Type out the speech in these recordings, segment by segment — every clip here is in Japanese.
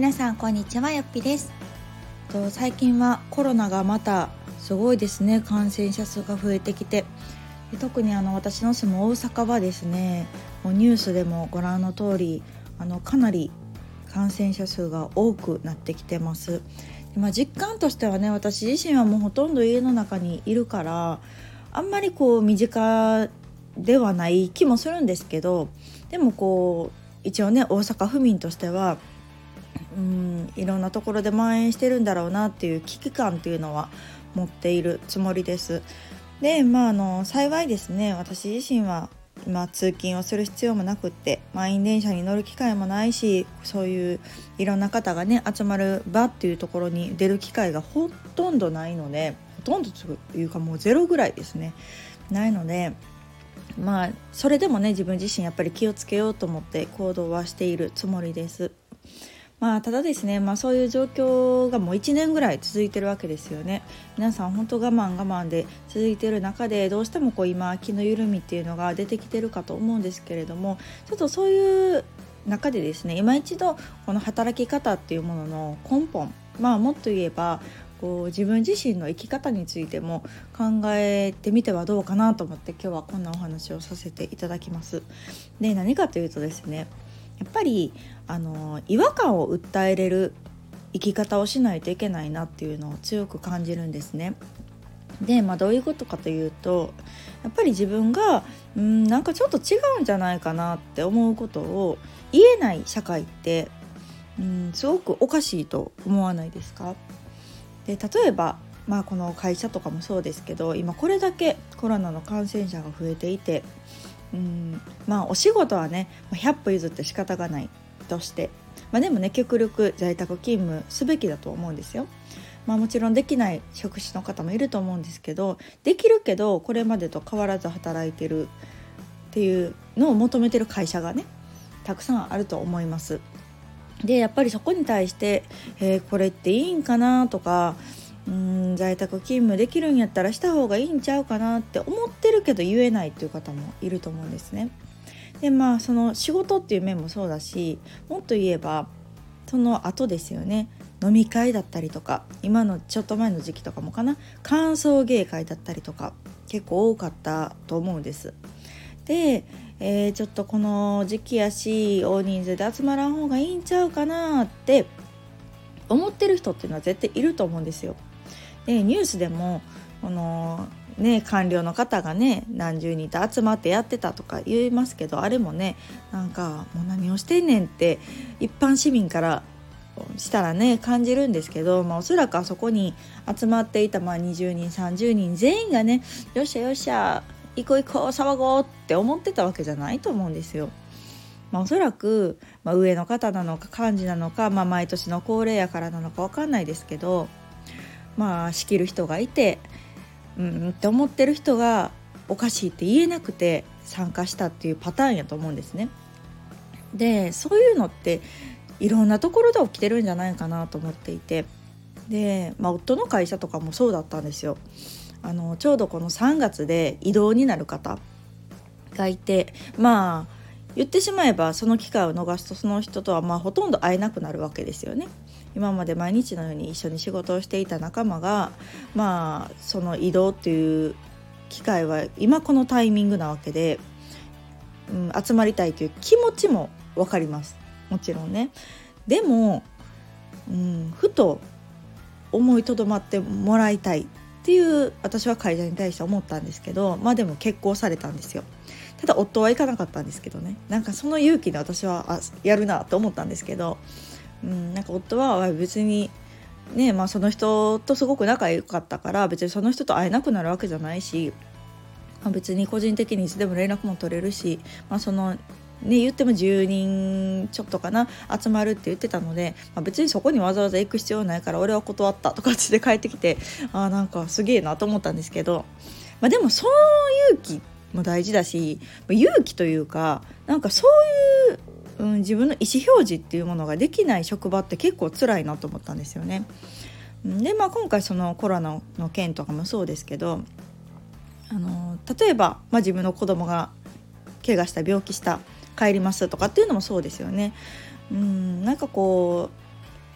皆さんこんにちは、よっぴです。最近はコロナがまたすごいですね。感染者数が増えてきて、特に私の住む大阪はですね、もうニュースでもご覧の通りかなり感染者数が多くなってきてます。実感としてはね、私自身はもうほとんど家の中にいるからあんまり身近ではない気もするんですけど、でも一応ね、大阪府民としてはいろんなところで蔓延してるんだろうなっていう危機感っていうのは持っているつもりです。で、幸いですね、私自身は通勤をする必要もなくって、満員電車に乗る機会もないし、そういういろんな方がね集まる場っていうところに出る機会がほとんどないので、ほとんどというかもうゼロぐらいですね、ないので、それでもね、自分自身やっぱり気をつけようと思って行動はしているつもりです。ただですね、そういう状況がもう1年ぐらい続いてるわけですよね。皆さん本当我慢で続いている中で、どうしても今気の緩みっていうのが出てきてるかと思うんですけれども、ちょっとそういう中でですね、今一度この働き方っていうものの根本、もっと言えば自分自身の生き方についても考えてみてはどうかなと思って、今日はこんなお話をさせていただきます。で、何かというとですね、やっぱり違和感を訴えれる生き方をしないといけないなっていうのを強く感じるんですね。で、どういうことかというと、やっぱり自分がなんかちょっと違うんじゃないかなって思うことを言えない社会ってすごくおかしいと思わないですか？で、例えばこの会社とかもそうですけど、今これだけコロナの感染者が増えていて、お仕事はね100歩譲って仕方がないとして、でもね、極力在宅勤務すべきだと思うんですよ。もちろんできない職種の方もいると思うんですけど、できるけどこれまでと変わらず働いてるっていうのを求めてる会社がねたくさんあると思います。で、やっぱりそこに対して、これっていいんかなとか、在宅勤務できるんやったらした方がいいんちゃうかなって思ってるけど言えないっていう方もいると思うんですね。で、その仕事っていう面もそうだし、もっと言えばその後ですよね。飲み会だったりとか、今のちょっと前の時期とかもかな、歓送迎会だったりとか結構多かったと思うんです。で、ちょっとこの時期やし大人数で集まらん方がいいんちゃうかなって思ってる人っていうのは絶対いると思うんですよ。で、ニュースでも官僚の方がね何十人と集まってやってたとか言いますけど、あれもね、なんかもう何をしてんねんって一般市民からしたらね感じるんですけど、おそらくあそこに集まっていた20人30人全員がね、よっしゃよっしゃ行こう行こう騒ごうって思ってたわけじゃないと思うんですよ。おそらく、上の方なのか幹事なのか、毎年の恒例やからなのか分かんないですけど、仕切る人がいてって思ってる人がおかしいって言えなくて参加したっていうパターンやと思うんですね。で、そういうのっていろんなところで起きてるんじゃないかなと思っていて、で、夫の会社とかもそうだったんですよ。ちょうどこの3月で異動になる方がいて、言ってしまえばその機会を逃すとその人とはほとんど会えなくなるわけですよね。今まで毎日のように一緒に仕事をしていた仲間がその移動っていう機会は今このタイミングなわけで、集まりたいという気持ちも分かります、もちろんね。でも、ふと思いとどまってもらいたいっていう私は会社に対して思ったんですけど、でも結婚されたんですよ。ただ夫は行かなかったんですけどね、なんかその勇気で私はやるなと思ったんですけど、なんか夫は別にね、その人とすごく仲良かったから別にその人と会えなくなるわけじゃないし、別に個人的にいつでも連絡も取れるし、その言っても10人ちょっとかな集まるって言ってたので、別にそこにわざわざ行く必要ないから俺は断ったとかって帰ってきて、なんかすげえなと思ったんですけど、でもその勇気も大事だし、勇気というかなんかそういう、自分の意思表示っていうものができない職場って結構辛いなと思ったんですよね。で、今回そのコロナの件とかもそうですけど、例えば、自分の子供が怪我した病気した帰りますとかっていうのもそうですよね。なんか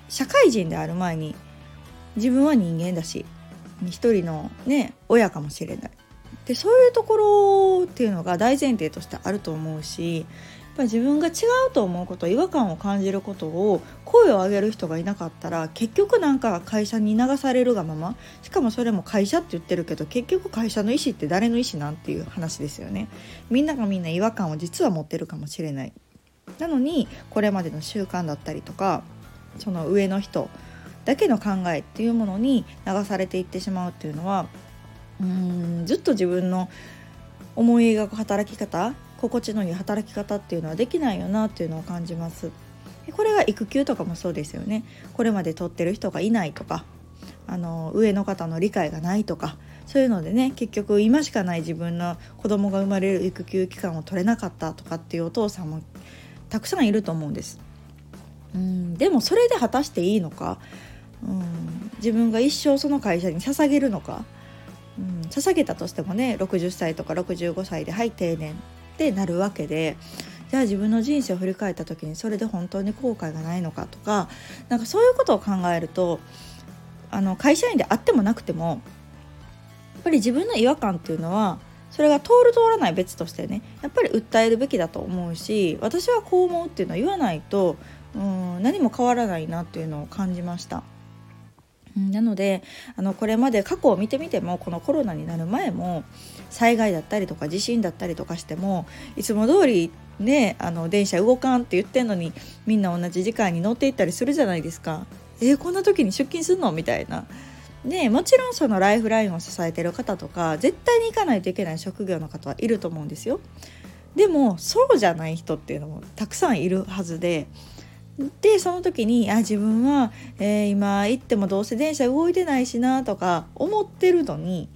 社会人である前に自分は人間だし、一人のね親かもしれない。でそういうところっていうのが大前提としてあると思うし、やっぱり自分が違うと思うこと、違和感を感じることを声を上げる人がいなかったら、結局なんか会社に流されるがまま、しかもそれも会社って言ってるけど、結局会社の意思って誰の意思なんていう話ですよね。みんながみんな違和感を実は持ってるかもしれない。なのにこれまでの習慣だったりとか、その上の人だけの考えっていうものに流されていってしまうっていうのは、ずっと自分の思い描く働き方、心地のいい働き方っていうのはできないよなっていうのを感じます。でこれが育休とかもそうですよね。これまで取ってる人がいないとか、上の方の理解がないとか、そういうのでね、結局今しかない自分の子供が生まれる育休期間を取れなかったとかっていうお父さんもたくさんいると思うんです。でもそれで果たしていいのか、自分が一生その会社に捧げるのか、捧げたとしてもね、60歳とか65歳ではい定年ってなるわけで、じゃあ自分の人生を振り返った時にそれで本当に後悔がないのかとか、なんかそういうことを考えると、会社員であってもなくても、やっぱり自分の違和感っていうのは、それが通る通らない別としてね、やっぱり訴えるべきだと思うし、私はこう思うっていうのは言わないと何も変わらないなっていうのを感じました。なのでこれまで過去を見てみても、このコロナになる前も災害だったりとか地震だったりとかしても、いつも通りね電車動かんって言ってんのに、みんな同じ時間に乗っていったりするじゃないですか。こんな時に出勤すんのみたいなね。もちろんそのライフラインを支えてる方とか、絶対に行かないといけない職業の方はいると思うんですよ。でもそうじゃない人っていうのもたくさんいるはずで、その時に自分は、今行ってもどうせ電車動いてないしなとか思ってるのに、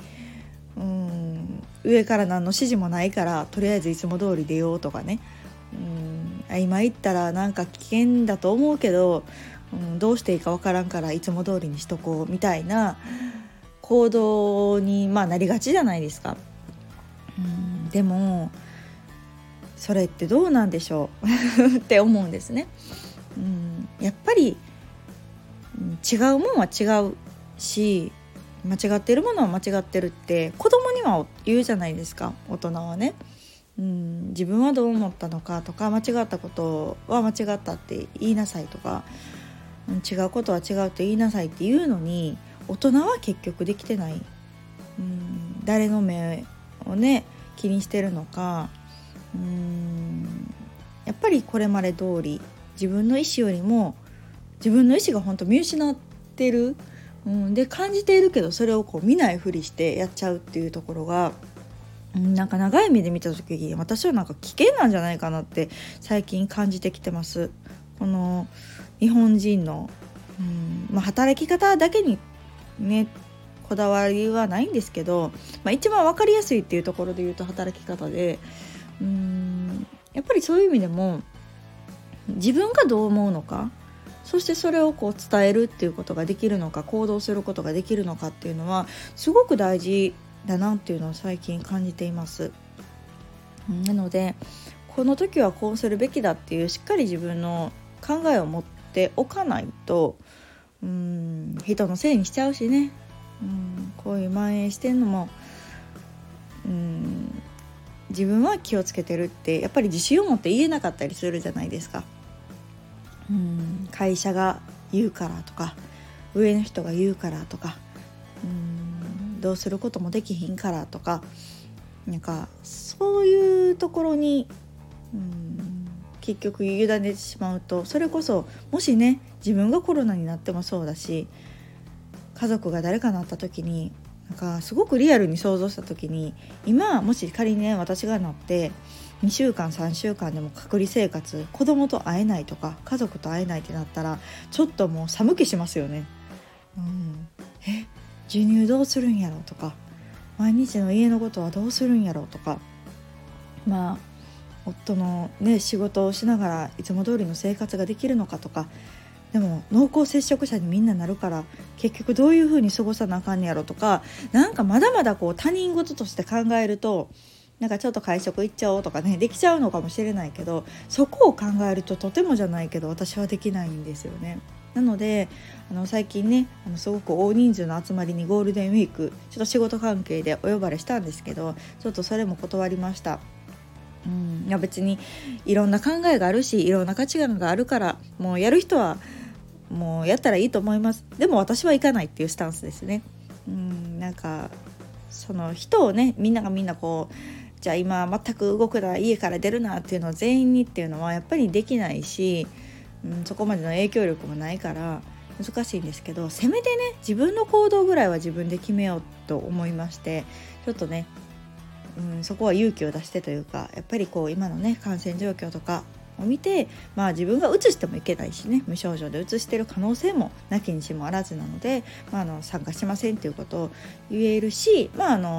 上から何の指示もないからとりあえずいつも通り出ようとかね、今行ったらなんか危険だと思うけど、どうしていいかわからんからいつも通りにしとこうみたいな行動になりがちじゃないですか。でもそれってどうなんでしょうって思うんですね。やっぱり違うもんは違うし、間違ってるものは間違ってるって子供には言うじゃないですか、大人はね。自分はどう思ったのかとか、間違ったことは間違ったって言いなさいとか、違うことは違うって言いなさいって言うのに、大人は結局できてない。誰の目をね気にしてるのか、やっぱりこれまで通り自分の意思よりも自分の意思が本当見失ってる、で感じているけど、それをこう見ないふりしてやっちゃうっていうところが、なんか長い目で見た時に私はなんか危険なんじゃないかなって最近感じてきてます。この日本人の、働き方だけにねこだわりはないんですけど、一番分かりやすいっていうところで言うと働き方で、やっぱりそういう意味でも自分がどう思うのか、そしてそれをこう伝えるっていうことができるのか、行動することができるのかっていうのはすごく大事だなっていうのを最近感じています。なのでこの時はこうするべきだっていうしっかり自分の考えを持っておかないと、人のせいにしちゃうしね、こういう蔓延してんのも、自分は気をつけてるってやっぱり自信を持って言えなかったりするじゃないですか。会社が言うからとか、上の人が言うからとか、どうすることもできひんからとか、なんかそういうところに結局委ねてしまうと、それこそもしね自分がコロナになってもそうだし、家族が誰かなった時になんかすごくリアルに想像した時に、今もし仮にね私がなって2週間3週間でも隔離生活、子供と会えないとか家族と会えないってなったらちょっともう寒気しますよね。授乳どうするんやろうとか、毎日の家のことはどうするんやろうとか、夫のね仕事をしながらいつも通りの生活ができるのかとか、でも濃厚接触者にみんななるから結局どういう風に過ごさなあかんねやろとか、なんかまだまだこう他人事として考えるとなんかちょっと会食行っちゃおうとかねできちゃうのかもしれないけど、そこを考えるととてもじゃないけど私はできないんですよね。なので最近ねすごく大人数の集まりにゴールデンウィークちょっと仕事関係でお呼ばれしたんですけど、ちょっとそれも断りました。いや別にいろんな考えがあるしいろんな価値観があるから、もうやる人はもうやったらいいと思います。でも私は行かないっていうスタンスですね。なんかその人をねみんながみんなこうじゃあ今全く動くな家から出るなっていうのを全員にっていうのはやっぱりできないし、そこまでの影響力もないから難しいんですけど、せめてね自分の行動ぐらいは自分で決めようと思いまして、ちょっとね、そこは勇気を出してというか、やっぱりこう今のね感染状況とかを見て、自分がうつしてもいけないしね、無症状でうつしてる可能性もなきにしもあらずなので、参加しませんということを言えるし、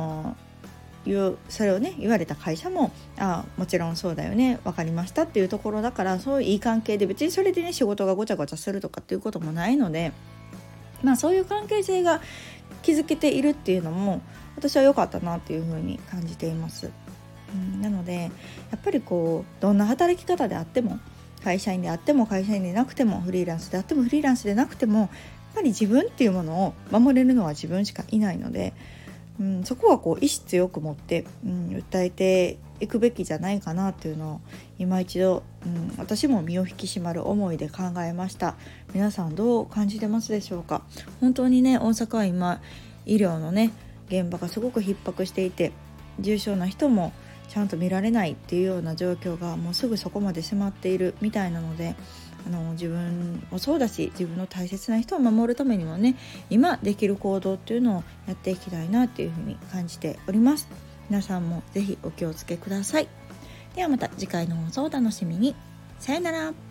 それをね言われた会社ももちろんそうだよね分かりましたっていうところだから、そういういい関係で別にそれでね仕事がごちゃごちゃするとかっていうこともないので、そういう関係性が築けているっていうのも私は良かったなっていうふうに感じています。なのでやっぱりこうどんな働き方であっても、会社員であっても会社員でなくても、フリーランスであってもフリーランスでなくても、やっぱり自分っていうものを守れるのは自分しかいないので、そこはこう意志強く持って、訴えていくべきじゃないかなっていうのを今一度、私も身を引き締まる思いで考えました。皆さんどう感じてますでしょうか。本当にね大阪は今医療のね現場がすごく逼迫していて、重症な人もちゃんと見られないっていうような状況がもうすぐそこまで迫っているみたいなので、自分もそうだし自分の大切な人を守るためにもね今できる行動っていうのをやっていきたいなっていうふうに感じております。皆さんもぜひお気をつけください。ではまた次回の放送をお楽しみに。さよなら。